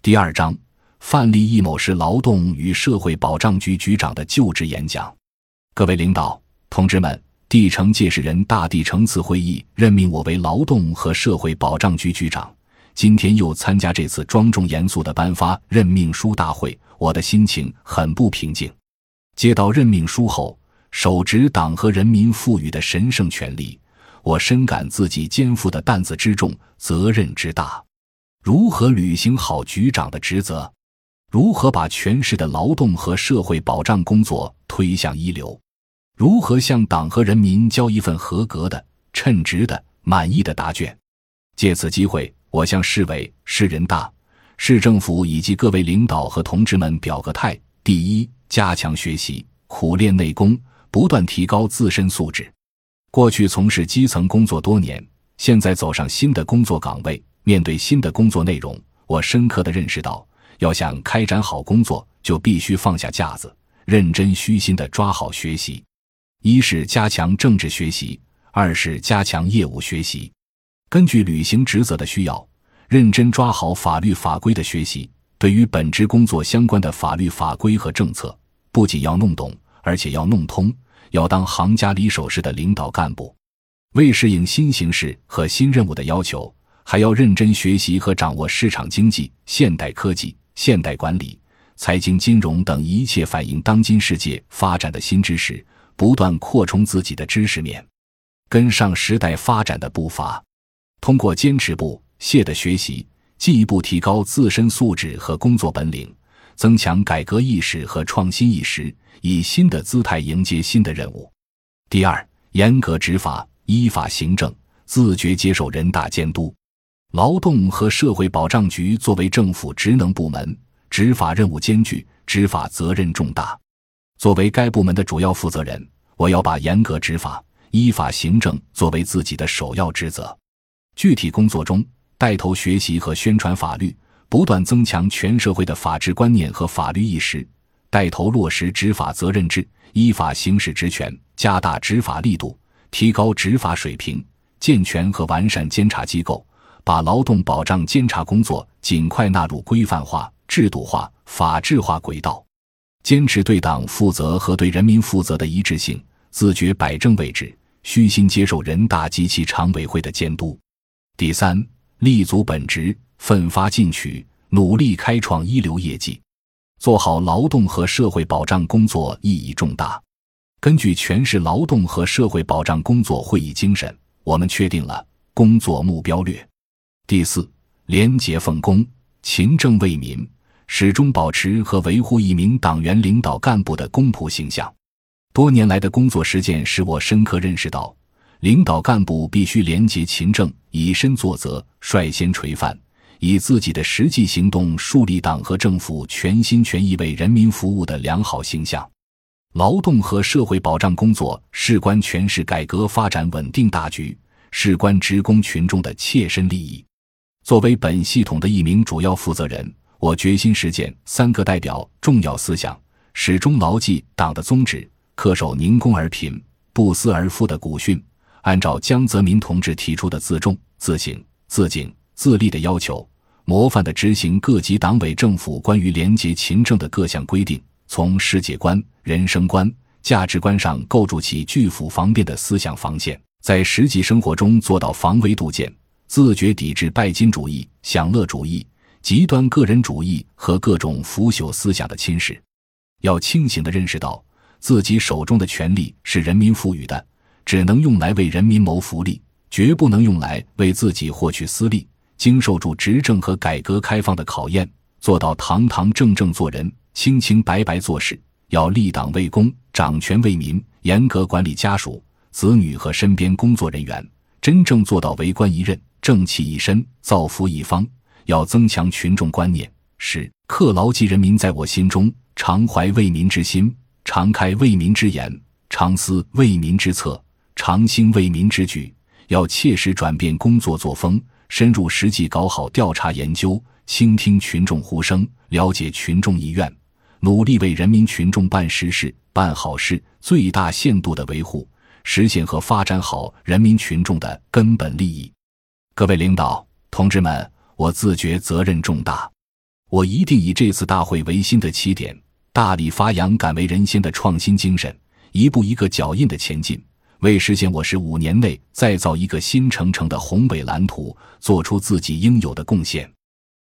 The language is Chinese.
第2章，范立义某市劳动与社会保障局局长的就职演讲。各位领导、同志们，地城届市人大地城次会议任命我为劳动和社会保障局局长，今天又参加这次庄重严肃的颁发任命书大会，我的心情很不平静。接到任命书后，手执党和人民赋予的神圣权利，我深感自己肩负的担子之重，责任之大。如何履行好局长的职责？如何把全市的劳动和社会保障工作推向一流？如何向党和人民交一份合格的、称职的、满意的答卷？借此机会，我向市委、市人大、市政府以及各位领导和同志们表个态：第一，加强学习，苦练内功，不断提高自身素质。过去从事基层工作多年，现在走上新的工作岗位，面对新的工作内容，我深刻地认识到，要想开展好工作，就必须放下架子，认真虚心地抓好学习。一是加强政治学习，二是加强业务学习。根据履行职责的需要，认真抓好法律法规的学习，对于本职工作相关的法律法规和政策，不仅要弄懂，而且要弄通，要当行家里手式的领导干部。为适应新形势和新任务的要求，还要认真学习和掌握市场经济、现代科技、现代管理、财经金融等一切反映当今世界发展的新知识，不断扩充自己的知识面，跟上时代发展的步伐。通过坚持不懈的学习，进一步提高自身素质和工作本领，增强改革意识和创新意识，以新的姿态迎接新的任务。第二，严格执法，依法行政，自觉接受人大监督。劳动和社会保障局作为政府职能部门，执法任务艰巨，执法责任重大。作为该部门的主要负责人，我要把严格执法、依法行政作为自己的首要职责。具体工作中，带头学习和宣传法律，不断增强全社会的法治观念和法律意识，带头落实执法责任制，依法行使职权，加大执法力度，提高执法水平，健全和完善监察机构，把劳动保障监察工作尽快纳入规范化、制度化、法治化轨道。坚持对党负责和对人民负责的一致性，自觉摆正位置，虚心接受人大及其常委会的监督。第三，立足本职，奋发进取，努力开创一流业绩。做好劳动和社会保障工作意义重大。根据全市劳动和社会保障工作会议精神，我们确定了工作目标略。第四，廉洁奉公，勤政为民，始终保持和维护一名党员领导干部的公仆形象。多年来的工作实践使我深刻认识到，领导干部必须廉洁勤政，以身作则，率先垂范，以自己的实际行动树立党和政府全心全意为人民服务的良好形象。劳动和社会保障工作事关全市改革发展稳定大局，事关职工群众的切身利益。作为本系统的一名主要负责人，我决心实践3个代表重要思想，始终牢记党的宗旨，恪守宁公而贫、不思而富的古训，按照江泽民同志提出的自重、自省、自警、自立的要求，模范地执行各级党委政府关于廉洁勤政的各项规定，从世界观、人生观、价值观上构筑起巨幅防变的思想防线，在实际生活中做到防微杜渐，自觉抵制拜金主义、享乐主义、极端个人主义和各种腐朽思想的侵蚀。要清醒地认识到，自己手中的权力是人民赋予的，只能用来为人民谋福利，绝不能用来为自己获取私利。经受住执政和改革开放的考验，做到堂堂正正做人，清清白白做事。要立党为公，掌权为民，严格管理家属、子女和身边工作人员，真正做到为官一任，正气一身，造福一方。要增强群众观念，时刻牢记人民在我心中，常怀为民之心，常开为民之言，常思为民之策，常兴为民之举。要切实转变工作作风，深入实际搞好调查研究，倾听群众呼声，了解群众意愿，努力为人民群众办实事、办好事，最大限度地维护、实现和发展好人民群众的根本利益。各位领导、同志们，我自觉责任重大。 我一定以这次大会为新的起点，大力发扬敢为人先的创新精神，一步一个脚印的前进，为实现我市5年内再造一个新征程的宏伟蓝图做出自己应有的贡献。